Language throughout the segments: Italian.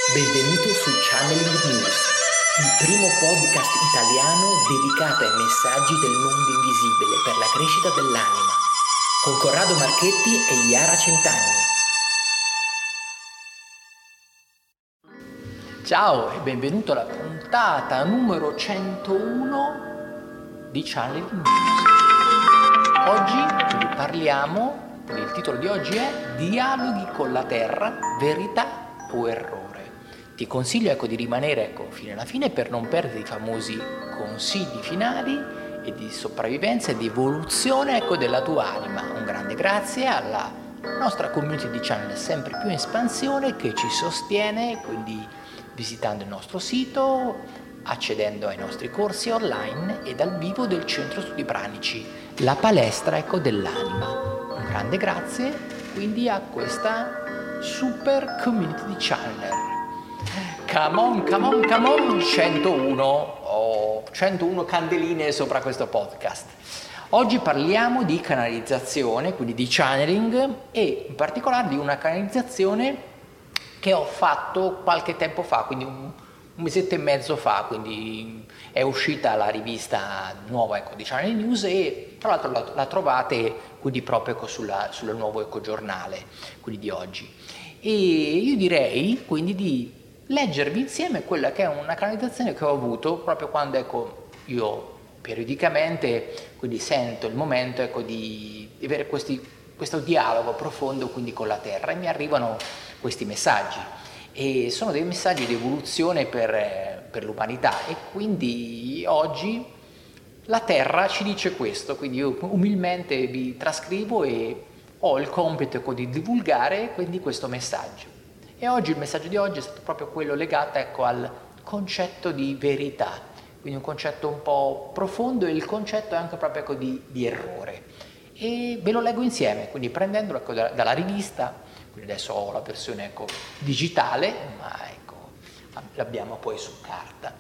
Benvenuto su Channeling News, il primo podcast italiano dedicato ai messaggi del mondo invisibile per la crescita dell'anima, con Corrado Marchetti e Iara Centanni. Ciao e benvenuto alla puntata numero 101 di Channeling News. Oggi parliamo, il titolo di oggi è Dialoghi con la Terra, verità o errore. Ti consiglio di rimanere fino alla fine per non perdere i famosi consigli finali e di sopravvivenza e di evoluzione della tua anima. Un grande grazie alla nostra community di channel sempre più in espansione che ci sostiene, quindi visitando il nostro sito, accedendo ai nostri corsi online e dal vivo del Centro Studi Pranici, la palestra dell'anima. Un grande grazie quindi a questa super community di channel. Come on, 101 candeline sopra questo podcast. Oggi parliamo di canalizzazione, quindi di channeling, e in particolare di una canalizzazione che ho fatto qualche tempo fa, quindi un mesetto e mezzo fa, quindi è uscita la rivista nuova di Channeling News e tra l'altro la trovate quindi proprio sul nuovo giornale, quindi di oggi. E io direi quindi di leggervi insieme quella che è una canalizzazione che ho avuto proprio quando io periodicamente quindi sento il momento di avere questo dialogo profondo quindi con la Terra e mi arrivano questi messaggi e sono dei messaggi di evoluzione per l'umanità e quindi oggi la Terra ci dice questo, quindi io umilmente vi trascrivo e ho il compito di divulgare quindi questo messaggio. E oggi il messaggio di oggi è stato proprio quello legato al concetto di verità, quindi un concetto un po' profondo e il concetto anche proprio di errore. E ve lo leggo insieme, quindi prendendolo dalla rivista, quindi adesso ho la versione digitale, ma l'abbiamo poi su carta.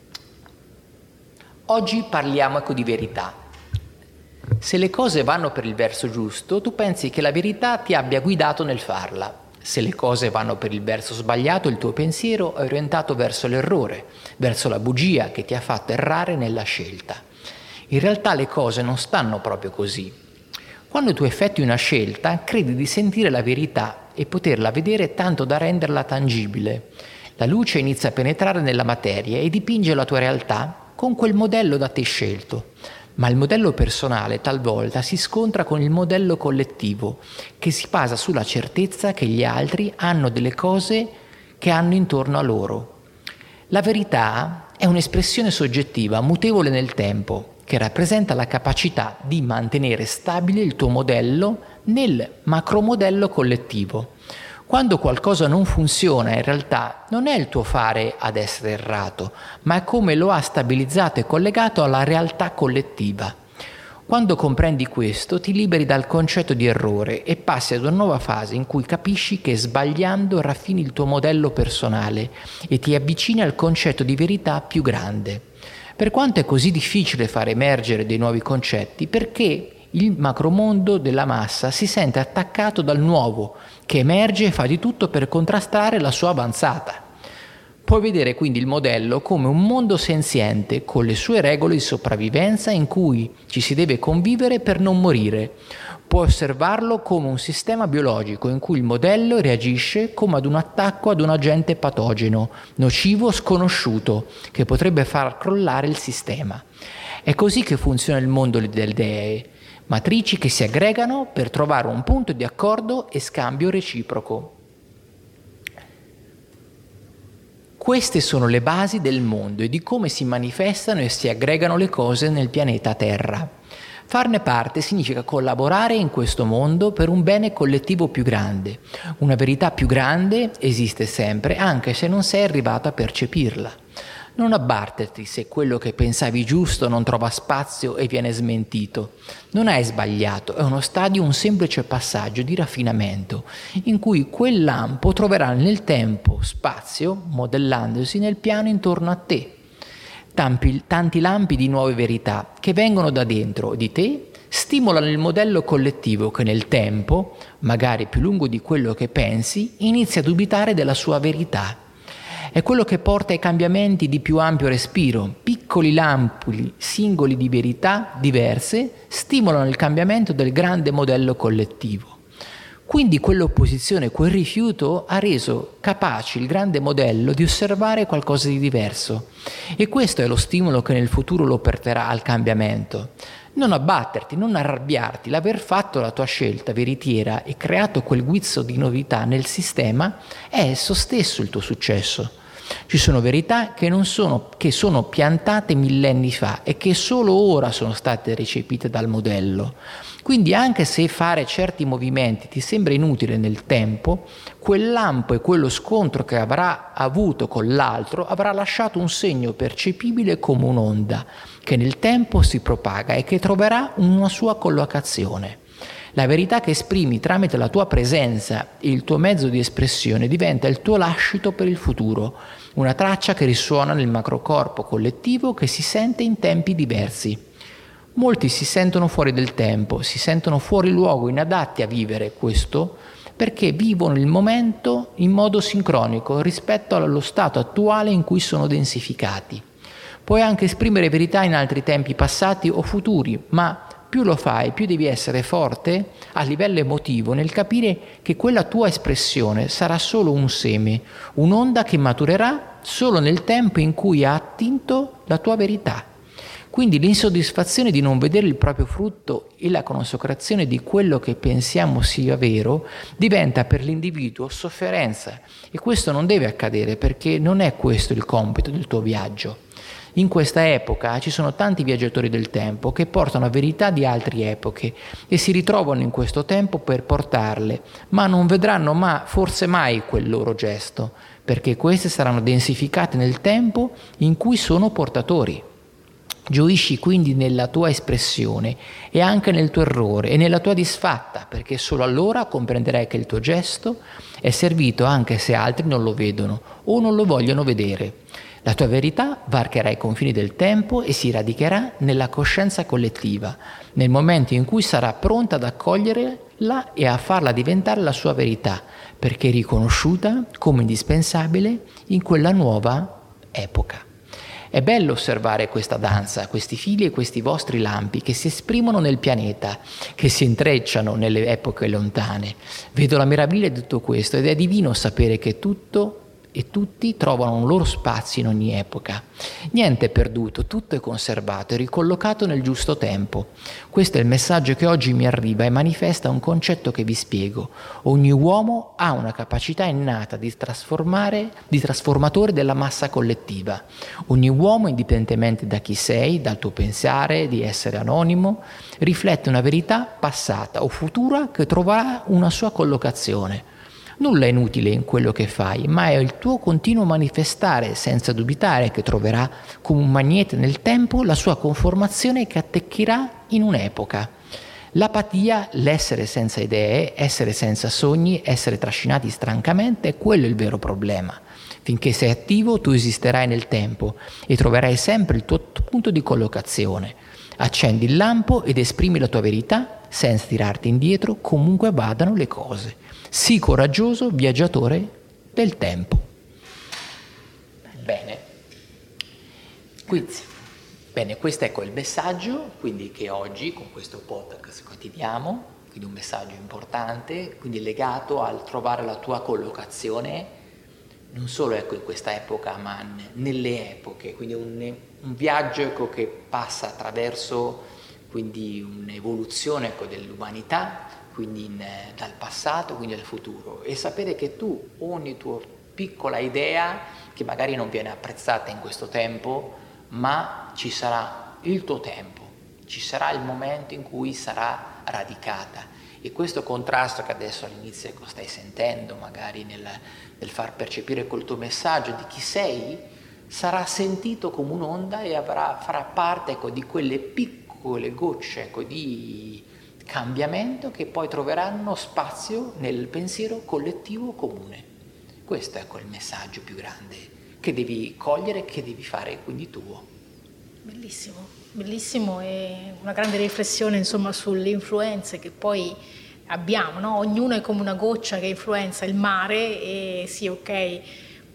Oggi parliamo di verità. Se le cose vanno per il verso giusto, tu pensi che la verità ti abbia guidato nel farla. Se le cose vanno per il verso sbagliato, il tuo pensiero è orientato verso l'errore, verso la bugia che ti ha fatto errare nella scelta. In realtà le cose non stanno proprio così. Quando tu effettui una scelta, credi di sentire la verità e poterla vedere tanto da renderla tangibile. La luce inizia a penetrare nella materia e dipinge la tua realtà con quel modello da te scelto. Ma il modello personale talvolta si scontra con il modello collettivo, che si basa sulla certezza che gli altri hanno delle cose che hanno intorno a loro. La verità è un'espressione soggettiva, mutevole nel tempo, che rappresenta la capacità di mantenere stabile il tuo modello nel macromodello collettivo. Quando qualcosa non funziona, in realtà non è il tuo fare ad essere errato, ma è come lo ha stabilizzato e collegato alla realtà collettiva. Quando comprendi questo, ti liberi dal concetto di errore e passi ad una nuova fase in cui capisci che sbagliando raffini il tuo modello personale e ti avvicini al concetto di verità più grande. Per quanto è così difficile far emergere dei nuovi concetti, perché il macromondo della massa si sente attaccato dal nuovo, che emerge e fa di tutto per contrastare la sua avanzata. Puoi vedere quindi il modello come un mondo senziente, con le sue regole di sopravvivenza in cui ci si deve convivere per non morire. Puoi osservarlo come un sistema biologico in cui il modello reagisce come ad un attacco ad un agente patogeno, nocivo, sconosciuto, che potrebbe far crollare il sistema. È così che funziona il mondo delle dee, matrici che si aggregano per trovare un punto di accordo e scambio reciproco. Queste sono le basi del mondo e di come si manifestano e si aggregano le cose nel pianeta Terra. Farne parte significa collaborare in questo mondo per un bene collettivo più grande. Una verità più grande esiste sempre, anche se non sei arrivato a percepirla. Non abbatterti se quello che pensavi giusto non trova spazio e viene smentito. Non hai sbagliato, è uno stadio, un semplice passaggio di raffinamento, in cui quel lampo troverà nel tempo spazio, modellandosi nel piano intorno a te. Tanti lampi di nuove verità che vengono da dentro di te stimolano il modello collettivo che nel tempo, magari più lungo di quello che pensi, inizia a dubitare della sua verità. È quello che porta ai cambiamenti di più ampio respiro. Piccoli lampi singoli di verità diverse stimolano il cambiamento del grande modello collettivo. Quindi quell'opposizione, quel rifiuto ha reso capace il grande modello di osservare qualcosa di diverso. E questo è lo stimolo che nel futuro lo porterà al cambiamento. Non abbatterti, non arrabbiarti, l'aver fatto la tua scelta veritiera e creato quel guizzo di novità nel sistema è esso stesso il tuo successo. Ci sono verità che sono piantate millenni fa e che solo ora sono state recepite dal modello. Quindi anche se fare certi movimenti ti sembra inutile nel tempo, quel lampo e quello scontro che avrà avuto con l'altro avrà lasciato un segno percepibile come un'onda che nel tempo si propaga e che troverà una sua collocazione. La verità che esprimi tramite la tua presenza e il tuo mezzo di espressione diventa il tuo lascito per il futuro, una traccia che risuona nel macrocorpo collettivo che si sente in tempi diversi. Molti si sentono fuori del tempo, si sentono fuori luogo, inadatti a vivere questo, perché vivono il momento in modo sincronico rispetto allo stato attuale in cui sono densificati. Puoi anche esprimere verità in altri tempi passati o futuri, ma più lo fai, più devi essere forte a livello emotivo nel capire che quella tua espressione sarà solo un seme, un'onda che maturerà solo nel tempo in cui ha attinto la tua verità. Quindi l'insoddisfazione di non vedere il proprio frutto e la consacrazione di quello che pensiamo sia vero diventa per l'individuo sofferenza, e questo non deve accadere perché non è questo il compito del tuo viaggio. In questa epoca ci sono tanti viaggiatori del tempo che portano verità di altre epoche e si ritrovano in questo tempo per portarle, ma non vedranno forse mai quel loro gesto, perché queste saranno densificate nel tempo in cui sono portatori. Gioisci quindi nella tua espressione e anche nel tuo errore e nella tua disfatta, perché solo allora comprenderai che il tuo gesto è servito anche se altri non lo vedono o non lo vogliono vedere. La tua verità varcherà i confini del tempo e si radicherà nella coscienza collettiva, nel momento in cui sarà pronta ad accoglierla e a farla diventare la sua verità, perché è riconosciuta come indispensabile in quella nuova epoca. È bello osservare questa danza, questi fili e questi vostri lampi che si esprimono nel pianeta, che si intrecciano nelle epoche lontane. Vedo la meraviglia di tutto questo ed è divino sapere che tutto e tutti trovano un loro spazio in ogni epoca. Niente è perduto, tutto è conservato e ricollocato nel giusto tempo. Questo è il messaggio che oggi mi arriva e manifesta un concetto che vi spiego. Ogni uomo ha una capacità innata di trasformatore della massa collettiva. Ogni uomo, indipendentemente da chi sei, dal tuo pensare, di essere anonimo, riflette una verità passata o futura che troverà una sua collocazione. Nulla è inutile in quello che fai, ma è il tuo continuo manifestare senza dubitare che troverà come un magnete nel tempo la sua conformazione che attecchirà in un'epoca. L'apatia, l'essere senza idee, essere senza sogni, essere trascinati strancamente, quello è il vero problema. Finché sei attivo tu esisterai nel tempo e troverai sempre il tuo punto di collocazione. Accendi il lampo ed esprimi la tua verità senza tirarti indietro comunque vadano le cose. Sii coraggioso viaggiatore del tempo. Bene. Bene, questo è il messaggio quindi che oggi con questo podcast che ti diamo, quindi un messaggio importante, quindi legato al trovare la tua collocazione non solo in questa epoca ma nelle epoche, quindi un viaggio che passa attraverso quindi un'evoluzione dell'umanità, quindi dal passato, quindi al futuro, e sapere che tu ogni tua piccola idea che magari non viene apprezzata in questo tempo, ma ci sarà il tuo tempo, ci sarà il momento in cui sarà radicata, e questo contrasto che adesso all'inizio stai sentendo magari nel far percepire col tuo messaggio di chi sei sarà sentito come un'onda e farà parte di quelle piccole gocce di cambiamento che poi troveranno spazio nel pensiero collettivo comune. Questo è il messaggio più grande che devi cogliere, che devi fare quindi tuo. Bellissimo, bellissimo, e una grande riflessione insomma sulle influenze che poi abbiamo, no? Ognuno è come una goccia che influenza il mare, e sì, ok,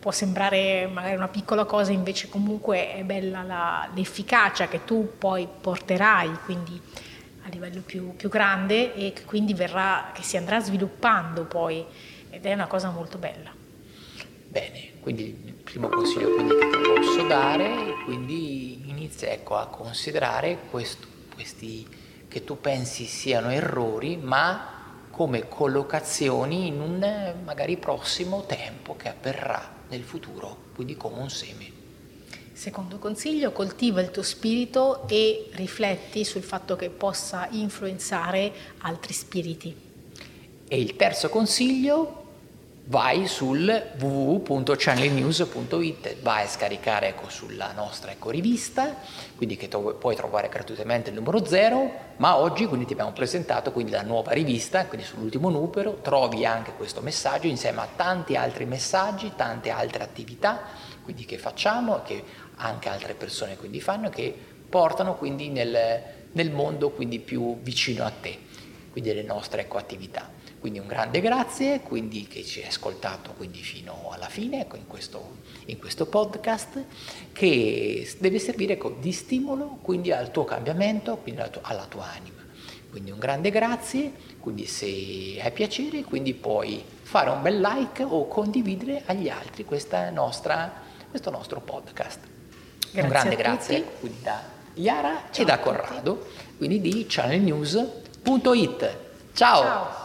può sembrare magari una piccola cosa, invece comunque è bella l'efficacia che tu poi porterai, quindi a livello più grande, e che quindi che si andrà sviluppando poi, ed è una cosa molto bella. Bene, quindi il primo consiglio quindi che ti posso dare, quindi inizia a considerare questi che tu pensi siano errori, ma come collocazioni in un magari prossimo tempo che avverrà nel futuro, quindi come un seme. Secondo consiglio, coltiva il tuo spirito e rifletti sul fatto che possa influenzare altri spiriti. E il terzo consiglio, vai sul www.channelnews.it, vai a scaricare sulla nostra rivista, quindi che puoi trovare gratuitamente il numero 0, ma oggi quindi ti abbiamo presentato quindi la nuova rivista, quindi sull'ultimo numero trovi anche questo messaggio insieme a tanti altri messaggi, tante altre attività quindi che facciamo, che anche altre persone quindi fanno, che portano quindi nel mondo quindi più vicino a te, quindi le nostre attività. Quindi un grande grazie, quindi che ci hai ascoltato quindi fino alla fine in questo podcast, che deve servire di stimolo quindi al tuo cambiamento, quindi alla tua anima. Quindi un grande grazie, quindi se hai piacere quindi puoi fare un bel like o condividere agli altri questo nostro podcast. Grazie, un grande grazie quindi da Iara e da Corrado, quindi di channelnews.it. Ciao!